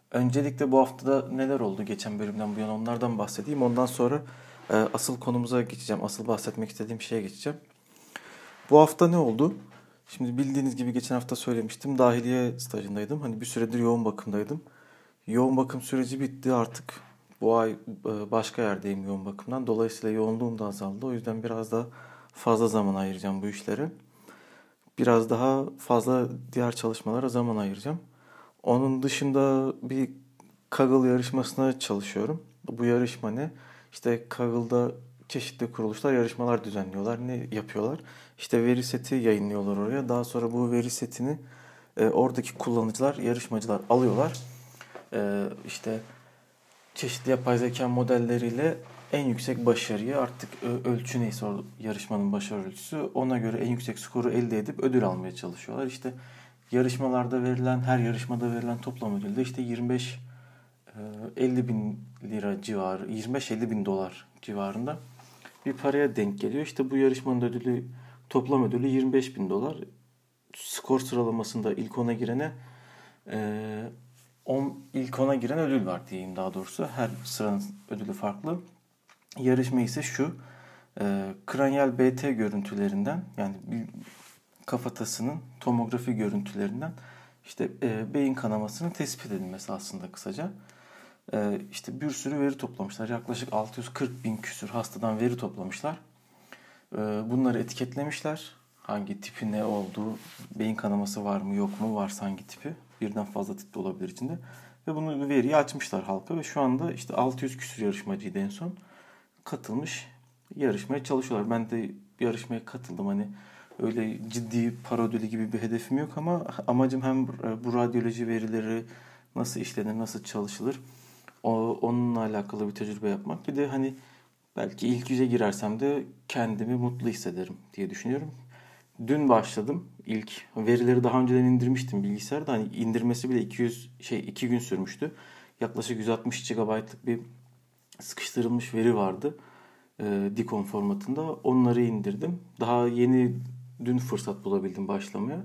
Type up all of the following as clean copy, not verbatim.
Öncelikle bu haftada neler oldu geçen bölümden bu yana onlardan bahsedeyim. Ondan sonra asıl konumuza geçeceğim. Asıl bahsetmek istediğim şeye geçeceğim. Bu hafta ne oldu? Şimdi bildiğiniz gibi geçen hafta söylemiştim. Dahiliye stajındaydım. Hani bir süredir yoğun bakımdaydım. Yoğun bakım süreci bitti artık. Bu ay başka yerdeyim yoğun bakımdan. Dolayısıyla yoğunluğum da azaldı. O yüzden biraz daha fazla zaman ayıracağım bu işlere. Biraz daha fazla diğer çalışmalara zaman ayıracağım. Onun dışında bir Kaggle yarışmasına çalışıyorum. Bu yarışma ne? İşte Kaggle'da çeşitli kuruluşlar yarışmalar düzenliyorlar. Ne yapıyorlar? İşte veri seti yayınlıyorlar oraya. Daha sonra bu veri setini oradaki kullanıcılar, yarışmacılar alıyorlar. İşte çeşitli yapay zeka modelleriyle en yüksek başarıyı artık ölçü neyse o yarışmanın başarı ölçüsü ona göre en yüksek skoru elde edip ödül almaya çalışıyorlar. İşte her yarışmada verilen toplam ödül de işte 50 bin lira civarı, 25-50 bin dolar civarında bir paraya denk geliyor. İşte bu yarışmanın toplam ödülü 25 bin dolar. Skor sıralamasında e, ilk ona giren ödül var diyeyim daha doğrusu. Her sıranın ödülü farklı. Yarışma ise şu. Kranyal BT görüntülerinden yani kafatasının tomografi görüntülerinden işte beyin kanamasının tespit edilmesi aslında kısaca. İşte bir sürü veri toplamışlar. Yaklaşık 640 bin küsür hastadan veri toplamışlar. Bunları etiketlemişler. Hangi tipi ne olduğu, beyin kanaması var mı yok mu, varsa hangi tipi. Birden fazla tip de olabilir içinde. Ve bunu veriyi açmışlar halka ve şu anda işte 600 küsür yarışmacıydı en son. Katılmış yarışmaya çalışıyorlar. Ben de yarışmaya katıldım. Hani öyle ciddi para ödülü gibi bir hedefim yok ama amacım hem bu radyoloji verileri nasıl işlenir, nasıl çalışılır onunla alakalı bir tecrübe yapmak. Bir de hani belki ilk yüze girersem de kendimi mutlu hissederim diye düşünüyorum. Dün başladım. İlk verileri daha önceden indirmiştim bilgisayarda. Hani indirmesi bile 2 gün sürmüştü. Yaklaşık 160 GB'lık bir sıkıştırılmış veri vardı. Dicom formatında. Onları indirdim. Daha yeni dün fırsat bulabildim başlamaya.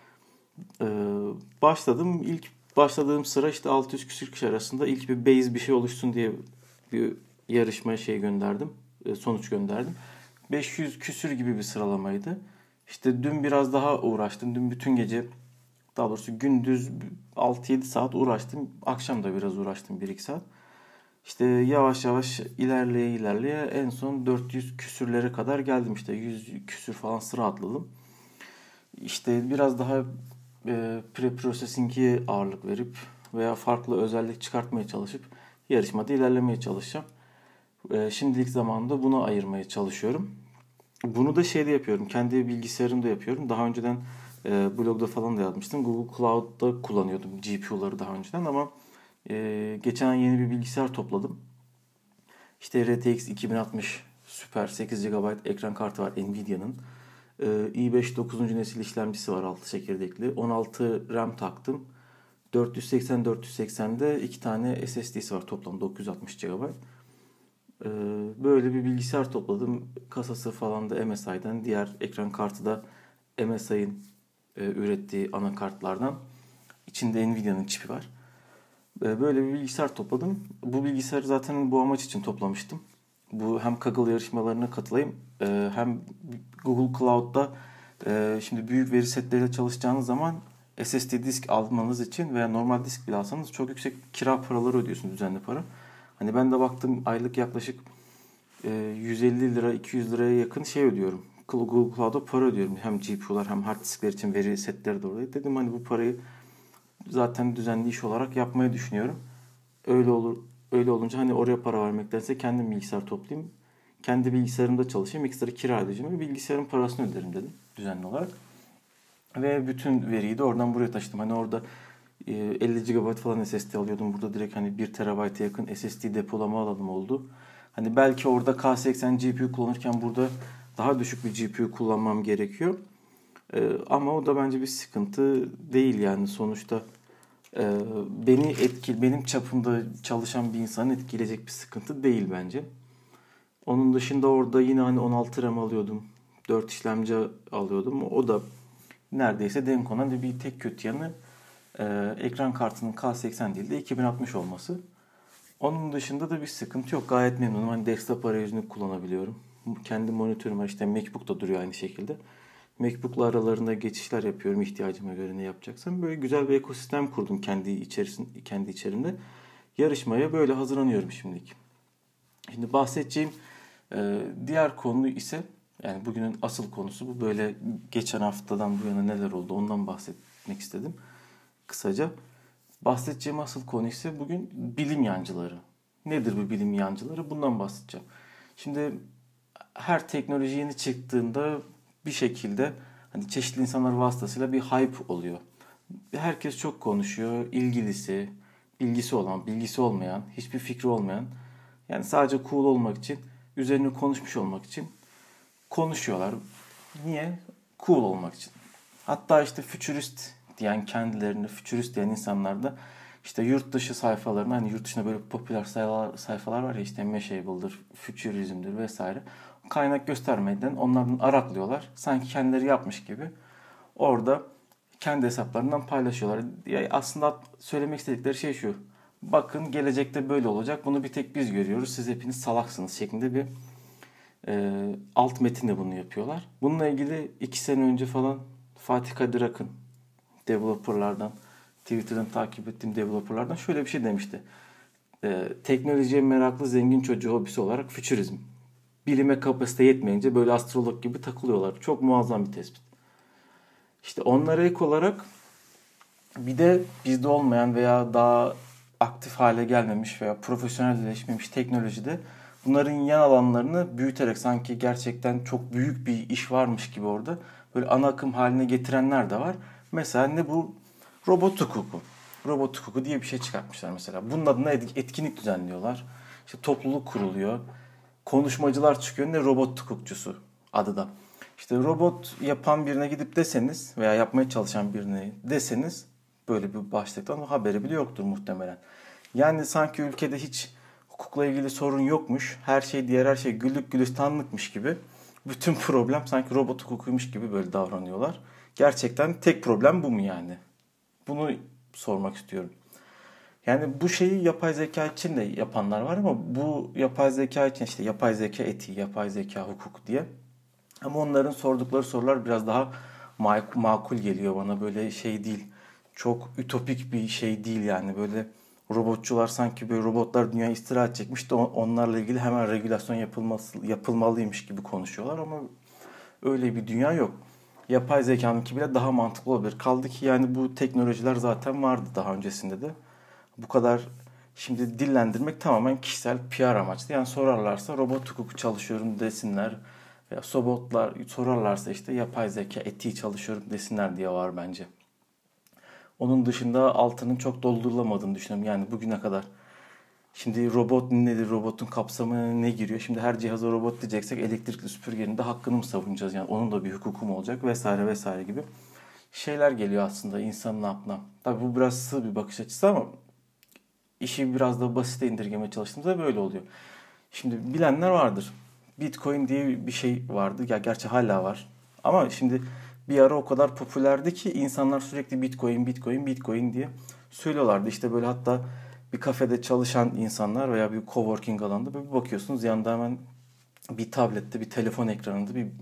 Ee, Başladım. İlk başladığım sıra işte 600 küsür kişi arasında ilk bir base bir şey oluşsun diye bir yarışmaya gönderdim. Sonuç gönderdim. 500 küsür gibi bir sıralamaydı. İşte dün biraz daha uğraştım. Dün bütün gece daha doğrusu gündüz 6-7 saat uğraştım. Akşam da biraz uğraştım 1-2 saat. İşte yavaş yavaş ilerleye en son 400 küsürlere kadar geldim. İşte 100 küsür falan sıra atladım. İşte biraz daha pre-processing'e ağırlık verip veya farklı özellik çıkartmaya çalışıp yarışmada ilerlemeye çalışacağım. Şimdilik zamanında buna ayırmaya çalışıyorum. Bunu da yapıyorum. Kendi bilgisayarımda yapıyorum. Daha önceden blogda falan da yazmıştım. Google Cloud'da kullanıyordum GPU'ları daha önceden ama geçen ay yeni bir bilgisayar topladım. İşte RTX 2060 Super 8 GB ekran kartı var Nvidia'nın. i5 9. nesil işlemcisi var 6 çekirdekli. 16 RAM taktım. 480-480'de 2 tane SSD'si var toplam 960 GB. Böyle bir bilgisayar topladım. Kasası falan da MSI'den. Diğer ekran kartı da MSI'ın ürettiği anakartlardan. İçinde Nvidia'nın çipi var. Böyle bir bilgisayar topladım. Bu bilgisayarı zaten bu amaç için toplamıştım. Bu hem Kaggle yarışmalarına katılayım hem Google Cloud'da şimdi büyük veri setleriyle çalışacağınız zaman SSD disk almanız için veya normal disk bile alsanız çok yüksek kira paraları ödüyorsunuz düzenli para. Hani ben de baktım aylık yaklaşık 150 lira 200 liraya yakın ödüyorum. Google Cloud'a para ödüyorum. Hem GPU'lar hem hard diskler için veri setleri de orada. Dedim hani bu parayı zaten düzenli iş olarak yapmayı düşünüyorum. Öyle olur. Öyle olunca hani oraya para vermektense kendim bilgisayar toplayayım. Kendi bilgisayarımda çalışayım. Ekstra kira ödeyeceğim. Bilgisayarın parasını öderim dedim düzenli olarak. Ve bütün veriyi de oradan buraya taşıdım. Hani orada 50 GB falan SSD alıyordum. Burada direkt hani 1 TB'ye yakın SSD depolama alanım oldu. Hani belki orada K80 GPU kullanırken burada daha düşük bir GPU kullanmam gerekiyor. Ama o da bence bir sıkıntı değil yani sonuçta benim çapımda çalışan bir insanı etkileyecek bir sıkıntı değil bence. Onun dışında orada yine hani 16 RAM alıyordum. 4 işlemci alıyordum. O da neredeyse denk olan bir tek kötü yanı Ekran kartının K80 değil de 2060 olması. Onun dışında da bir sıkıntı yok. Gayet memnunum. Hani desktop arayüzünü kullanabiliyorum. Kendi monitörüm var. İşte MacBook da duruyor aynı şekilde. MacBook'la aralarında geçişler yapıyorum ihtiyacıma göre ne yapacaksam. Böyle güzel bir ekosistem kurdum kendi içerimde. Yarışmaya böyle hazırlanıyorum şimdilik. Şimdi bahsedeceğim diğer konu ise yani bugünün asıl konusu bu. Böyle geçen haftadan bu yana neler oldu ondan bahsetmek istedim kısaca. Bahsedeceğim asıl konu ise bugün bilim yancıları. Nedir bu bilim yancıları? Bundan bahsedeceğim. Şimdi her teknoloji yeni çıktığında bir şekilde hani çeşitli insanlar vasıtasıyla bir hype oluyor. Herkes çok konuşuyor. İlgilisi, bilgisi olan, bilgisi olmayan, hiçbir fikri olmayan. Yani sadece cool olmak için, üzerine konuşmuş olmak için konuşuyorlar. Niye? Cool olmak için. Hatta işte futurist diyen kendilerini, futurist diyen insanlar da işte yurt dışı sayfalarına hani yurt dışında böyle popüler sayfalar var ya işte Mashable'dır, Futurizm'dir vesaire. Kaynak göstermeden onlardan araklıyorlar. Sanki kendileri yapmış gibi orada kendi hesaplarından paylaşıyorlar. Ya aslında söylemek istedikleri şey şu. Bakın gelecekte böyle olacak. Bunu bir tek biz görüyoruz. Siz hepiniz salaksınız şeklinde bir alt metinle bunu yapıyorlar. Bununla ilgili 2 sene önce falan Fatih Kadir Akın developerlardan, Twitter'dan takip ettiğim developerlardan şöyle bir şey demişti. Teknolojiye meraklı zengin çocuğu hobisi olarak fütürizm. Bilime kapasite yetmeyince böyle astrolog gibi takılıyorlar. Çok muazzam bir tespit. İşte onlara ek olarak bir de bizde olmayan veya daha aktif hale gelmemiş veya profesyonelleşmemiş teknolojide bunların yan alanlarını büyüterek sanki gerçekten çok büyük bir iş varmış gibi orada böyle ana akım haline getirenler de var. Mesela ne bu? Robot hukuku. Robot hukuku diye bir şey çıkartmışlar mesela. Bunun adına etkinlik düzenliyorlar. İşte topluluk kuruluyor. Konuşmacılar çıkıyor. Ne robot hukukçusu adı da. İşte robot yapan birine gidip deseniz veya yapmaya çalışan birine deseniz böyle bir başlıktan haberi bile yoktur muhtemelen. Yani sanki ülkede hiç hukukla ilgili sorun yokmuş. Her şey diğer her şey güllük gülistanlıkmış gibi. Bütün problem sanki robot hukukuymuş gibi böyle davranıyorlar. Gerçekten tek problem bu mu yani? Bunu sormak istiyorum. Yani bu şeyi yapay zeka için de yapanlar var ama bu yapay zeka için işte yapay zeka etiği, yapay zeka hukuk diye. Ama onların sordukları sorular biraz daha makul geliyor bana. Böyle şey değil. Çok ütopik bir şey değil yani. Böyle robotçular sanki böyle robotlar dünyayı istila edecekmiş de onlarla ilgili hemen regülasyon yapılmalıymış gibi konuşuyorlar ama öyle bir dünya yok. Yapay zekanınki bile daha mantıklı olabilir. Kaldı ki yani bu teknolojiler zaten vardı daha öncesinde de. Bu kadar şimdi dillendirmek tamamen kişisel PR amaçlı. Yani sorarlarsa robot hukuku çalışıyorum desinler. Veya robotlar sorarlarsa işte yapay zeka etiği çalışıyorum desinler diye var bence. Onun dışında altının çok doldurulamadığını düşünüyorum. Yani bugüne kadar. Şimdi robot nedir? Robotun kapsamına ne giriyor? Şimdi her cihaza robot diyeceksek elektrikli süpürgenin de hakkını mı savunacağız? Yani onun da bir hukuku mu olacak? Vesaire vesaire gibi şeyler geliyor aslında insanın aklına. Tabii bu biraz sığ bir bakış açısı ama işi biraz da basite indirgemeye çalıştığımızda böyle oluyor. Şimdi bilenler vardır. Bitcoin diye bir şey vardı. Ya gerçi hala var. Ama şimdi bir ara o kadar popülerdi ki insanlar sürekli Bitcoin, Bitcoin, Bitcoin diye söylüyorlardı. İşte böyle hatta bir kafede çalışan insanlar veya bir coworking alanda böyle bir bakıyorsunuz yanında hemen bir tablette, bir telefon ekranında bir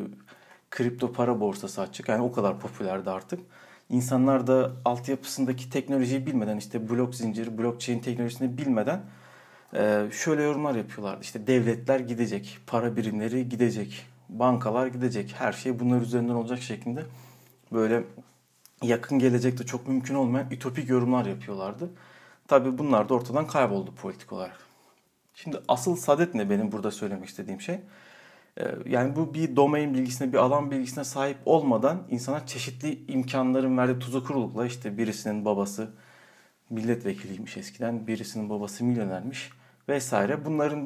kripto para borsası açık. Yani o kadar popülerdi artık. İnsanlar da altyapısındaki teknolojiyi bilmeden işte blok zinciri, blockchain teknolojisini bilmeden şöyle yorumlar yapıyorlardı. İşte devletler gidecek, para birimleri gidecek, bankalar gidecek. Her şey bunlar üzerinden olacak şeklinde böyle yakın gelecekte çok mümkün olmayan ütopik yorumlar yapıyorlardı. Tabii bunlar da ortadan kayboldu politik olarak. Şimdi asıl saadet ne benim burada söylemek istediğim şey? Yani bu bir domain bilgisine, bir alan bilgisine sahip olmadan insana çeşitli imkanların verdiği tuzakurlukla işte birisinin babası milletvekiliymiş eskiden, birisinin babası milyonermiş vesaire.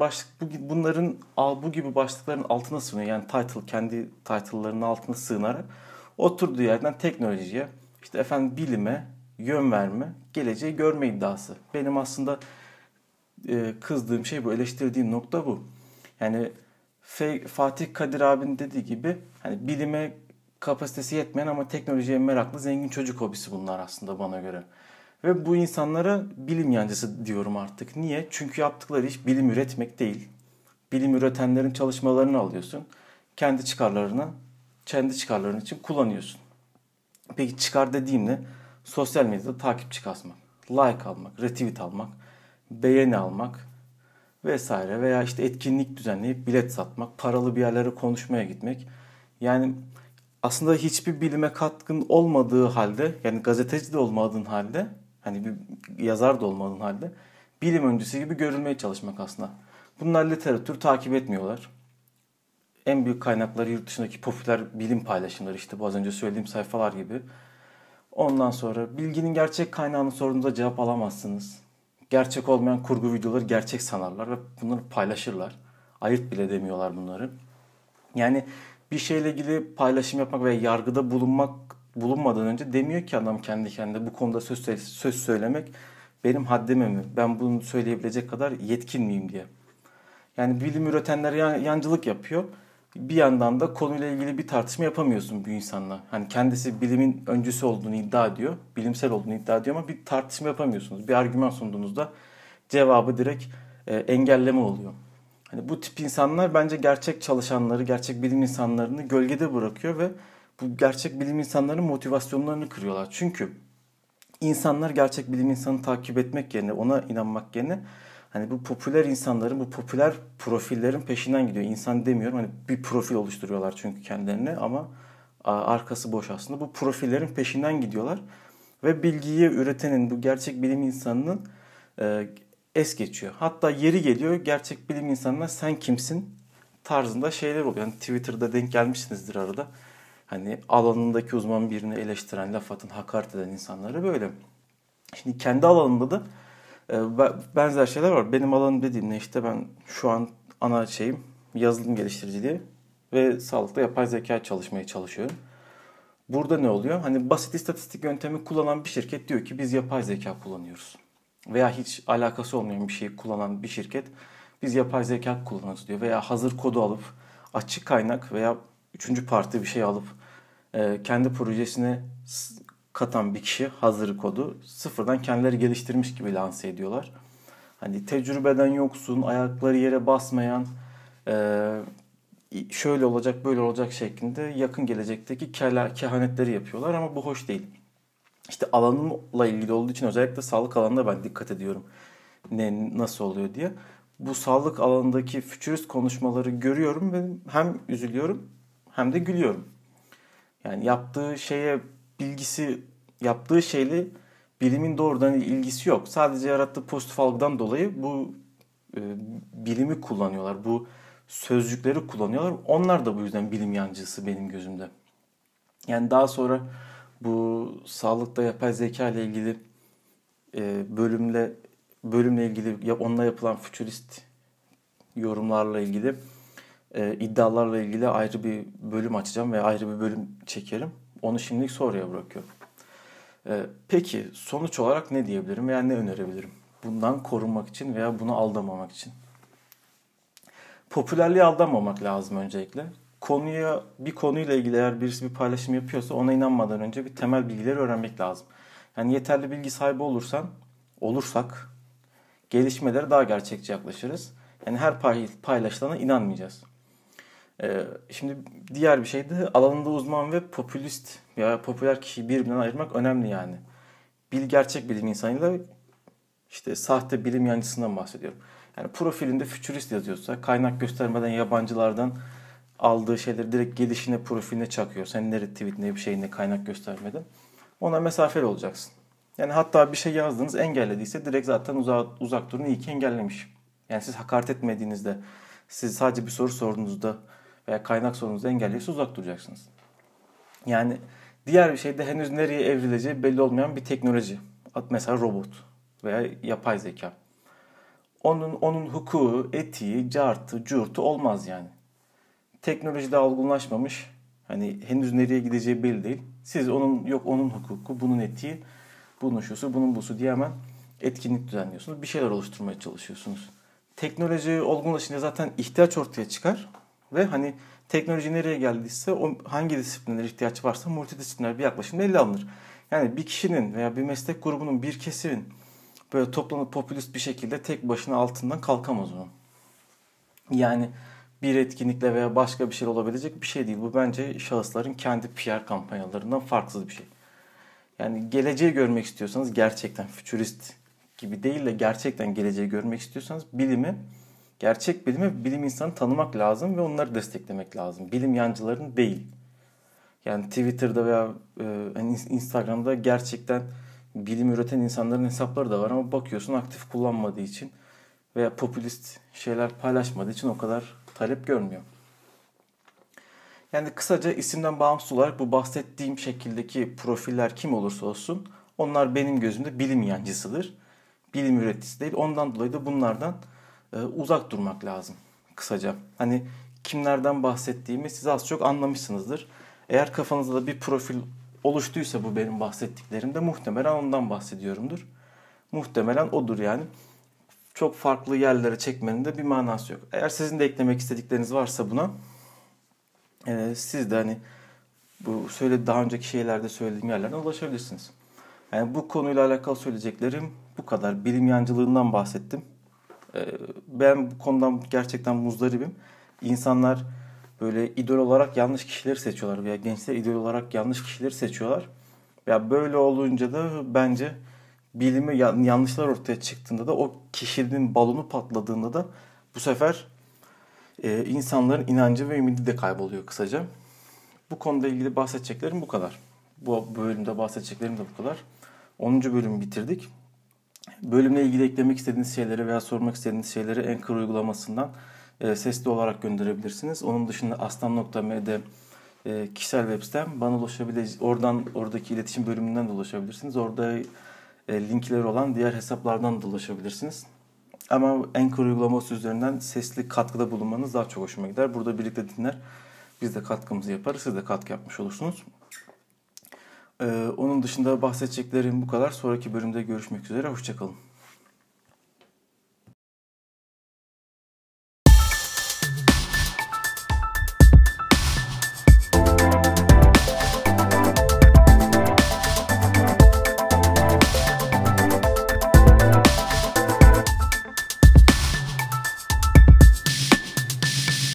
Bu gibi başlıkların altına sığınıyor. Yani kendi title'larının altına sığınarak oturduğu yerden teknolojiye, işte efendim bilime yön verme, geleceği görme iddiası. Benim aslında kızdığım şey bu, eleştirdiğim nokta bu. Yani Fatih Kadir abinin dediği gibi hani bilime kapasitesi yetmeyen ama teknolojiye meraklı zengin çocuk hobisi bunlar aslında bana göre. Ve bu insanlara bilim yancısı diyorum artık. Niye? Çünkü yaptıkları iş bilim üretmek değil. Bilim üretenlerin çalışmalarını alıyorsun. Kendi çıkarlarına, kendi çıkarların için kullanıyorsun. Peki çıkar dediğimde sosyal medyada takipçi kasmak, like almak, retweet almak, beğeni almak vesaire veya işte etkinlik düzenleyip bilet satmak, paralı bir yerlere konuşmaya gitmek. Yani aslında hiçbir bilime katkın olmadığı halde, yani gazeteci de olmadığın halde, hani bir yazar da olmadığın halde bilim öncüsü gibi görülmeye çalışmak aslında. Bunlar literatür takip etmiyorlar. En büyük kaynakları yurt dışındaki popüler bilim paylaşımları, işte bu az önce söylediğim sayfalar gibi. Ondan sonra bilginin gerçek kaynağını sorduğunuzda cevap alamazsınız. Gerçek olmayan kurgu videoları gerçek sanarlar ve bunları paylaşırlar. Ayırt bile demiyorlar bunları. Yani bir şeyle ilgili paylaşım yapmak veya yargıda bulunmadan önce demiyor ki adam kendi kendine bu konuda söz söylemek benim haddime mi? Ben bunu söyleyebilecek kadar yetkin miyim diye. Yani bilim üretenler yancılık yapıyor. Bir yandan da konuyla ilgili bir tartışma yapamıyorsun bu insanla. Hani kendisi bilimin öncüsü olduğunu iddia ediyor. Bilimsel olduğunu iddia ediyor ama bir tartışma yapamıyorsunuz. Bir argüman sunduğunuzda cevabı direkt engelleme oluyor. Hani bu tip insanlar bence gerçek çalışanları, gerçek bilim insanlarını gölgede bırakıyor ve bu gerçek bilim insanlarının motivasyonlarını kırıyorlar. Çünkü insanlar gerçek bilim insanını takip etmek yerine, ona inanmak yerine hani bu popüler insanların, bu popüler profillerin peşinden gidiyor. İnsan demiyorum, hani bir profil oluşturuyorlar çünkü kendilerine ama arkası boş aslında. Bu profillerin peşinden gidiyorlar ve bilgiyi üretenin, bu gerçek bilim insanının es geçiyor. Hatta yeri geliyor gerçek bilim insanına sen kimsin tarzında şeyler oluyor. Yani Twitter'da denk gelmişsinizdir arada. Hani alanındaki uzman birini eleştiren, laf atan, hakaret eden insanları böyle. Şimdi kendi alanında da benzer şeyler var. Benim alanım dediğimde işte ben şu an ana şeyim yazılım geliştiriciliği ve sağlıkta yapay zeka çalışmaya çalışıyorum. Burada ne oluyor? Hani basit istatistik yöntemi kullanan bir şirket diyor ki biz yapay zeka kullanıyoruz. Veya hiç alakası olmayan bir şeyi kullanan bir şirket biz yapay zeka kullanıyoruz diyor. Veya hazır kodu alıp açık kaynak veya üçüncü parti bir şey alıp kendi projesine katan bir kişi hazır kodu sıfırdan kendileri geliştirmiş gibi lanse ediyorlar. Hani tecrübeden yoksun, ayakları yere basmayan, şöyle olacak böyle olacak şeklinde yakın gelecekteki kehanetleri yapıyorlar ama bu hoş değil. İşte alanımla ilgili olduğu için özellikle sağlık alanında ben dikkat ediyorum nasıl oluyor diye. Bu sağlık alanındaki fütürist konuşmaları görüyorum ve hem üzülüyorum hem de gülüyorum. Yani yaptığı şeyle bilimin doğrudan ilgisi yok. Sadece yarattığı pozitif algıdan dolayı bu bilimi kullanıyorlar. Bu sözcükleri kullanıyorlar. Onlar da bu yüzden bilim yancısı benim gözümde. Yani daha sonra bu sağlıkta yapay zeka ile ilgili bölümle ilgili onunla yapılan fütürist yorumlarla ilgili iddialarla ilgili ayrı bir bölüm açacağım ve ayrı bir bölüm çekerim. Onu şimdilik sonraya bırakıyorum. Peki sonuç olarak ne diyebilirim veya ne önerebilirim? Bundan korunmak için veya buna aldanmamak için. Popülerliğe aldanmamak lazım öncelikle. Bir konuyla ilgili eğer birisi bir paylaşım yapıyorsa ona inanmadan önce bir temel bilgileri öğrenmek lazım. Yani yeterli bilgi sahibi olursak gelişmelere daha gerçekçi yaklaşırız. Yani her paylaşılana inanmayacağız. Şimdi diğer bir şey de alanında uzman ve popülist veya popüler kişiyi birbirinden ayırmak önemli yani. Gerçek bilim insanıyla işte sahte bilim yancısından bahsediyorum. Yani profilinde fütürist yazıyorsa kaynak göstermeden yabancılardan aldığı şeyleri direkt gelişine profiline çakıyor. Sen ne retweet ne bir şeyine kaynak göstermeden. Ona mesafeli olacaksın. Yani hatta bir şey yazdınız engellediyse direkt zaten uzak durun iyi ki engellemiş. Yani siz hakaret etmediğinizde, siz sadece bir soru sorduğunuzda veya kaynak sorunuzda engelliyorsa uzak duracaksınız. Yani diğer bir şey de henüz nereye evrileceği belli olmayan bir teknoloji. Mesela robot veya yapay zeka. Onun hukuku, etiği, cartı, curtu olmaz yani. Teknolojide olgunlaşmamış. Hani henüz nereye gideceği belli değil. Siz onun hukuku, bunun etiği, bunun şusu, bunun busu diye hemen etkinlik düzenliyorsunuz. Bir şeyler oluşturmaya çalışıyorsunuz. Teknoloji olgunlaşınca zaten ihtiyaç ortaya çıkar. Ve hani Teknoloji nereye geldiyse o hangi disiplinlere ihtiyaç varsa multidisipliner bir yaklaşımda ele alınır. Yani bir kişinin veya bir meslek grubunun, bir kesimin böyle toplanıp popülist bir şekilde tek başına altından kalkamaz onun. Yani bir etkinlikle veya başka bir şey olabilecek bir şey değil. Bu bence şahısların kendi PR kampanyalarından farksız bir şey. Yani geleceği görmek istiyorsanız, gerçekten fütürist gibi değil de gerçekten geleceği görmek istiyorsanız gerçek bilimi, bilim insanı tanımak lazım ve onları desteklemek lazım. Bilim yancıların değil. Yani Twitter'da veya Instagram'da gerçekten bilim üreten insanların hesapları da var ama bakıyorsun aktif kullanmadığı için veya popülist şeyler paylaşmadığı için o kadar talep görmüyor. Yani kısaca isimden bağımsız olarak bu bahsettiğim şekildeki profiller kim olursa olsun onlar benim gözümde bilim yancısıdır. Bilim üreticisi değil. Ondan dolayı da bunlardan uzak durmak lazım kısaca. Hani kimlerden bahsettiğimi siz az çok anlamışsınızdır. Eğer kafanızda da bir profil oluştuysa bu benim bahsettiklerimde muhtemelen ondan bahsediyorumdur. Muhtemelen odur yani. Çok farklı yerlere çekmenin de bir manası yok. Eğer sizin de eklemek istedikleriniz varsa buna siz de hani bu daha önceki şeylerde söylediğim yerlerden ulaşabilirsiniz. Yani bu konuyla alakalı söyleyeceklerim bu kadar. Bilim yancılığından bahsettim. Ben bu konudan gerçekten muzdaribim. İnsanlar böyle idol olarak yanlış kişileri seçiyorlar veya gençler idol olarak yanlış kişileri seçiyorlar. Ya böyle olunca da bence bilimi yanlışlar ortaya çıktığında da o kişinin balonu patladığında da bu sefer insanların inancı ve ümidi de kayboluyor kısaca. Bu konuda ilgili bahsedeceklerim bu kadar. Bu bölümde bahsedeceklerim de bu kadar. 10. bölümü bitirdik. Bölümle ilgili eklemek istediğiniz şeyleri veya sormak istediğiniz şeyleri Anchor uygulamasından sesli olarak gönderebilirsiniz. Onun dışında aslan.m'de kişisel web sitem bana ulaşabilir. Oradaki iletişim bölümünden de ulaşabilirsiniz. Orada linkleri olan diğer hesaplardan da ulaşabilirsiniz. Ama Anchor uygulaması üzerinden sesli katkıda bulunmanız daha çok hoşuma gider. Burada birlikte dinler. Biz de katkımızı yaparız. Siz de katkı yapmış olursunuz. Onun dışında bahsedeceklerim bu kadar. Sonraki bölümde görüşmek üzere. Hoşça kalın.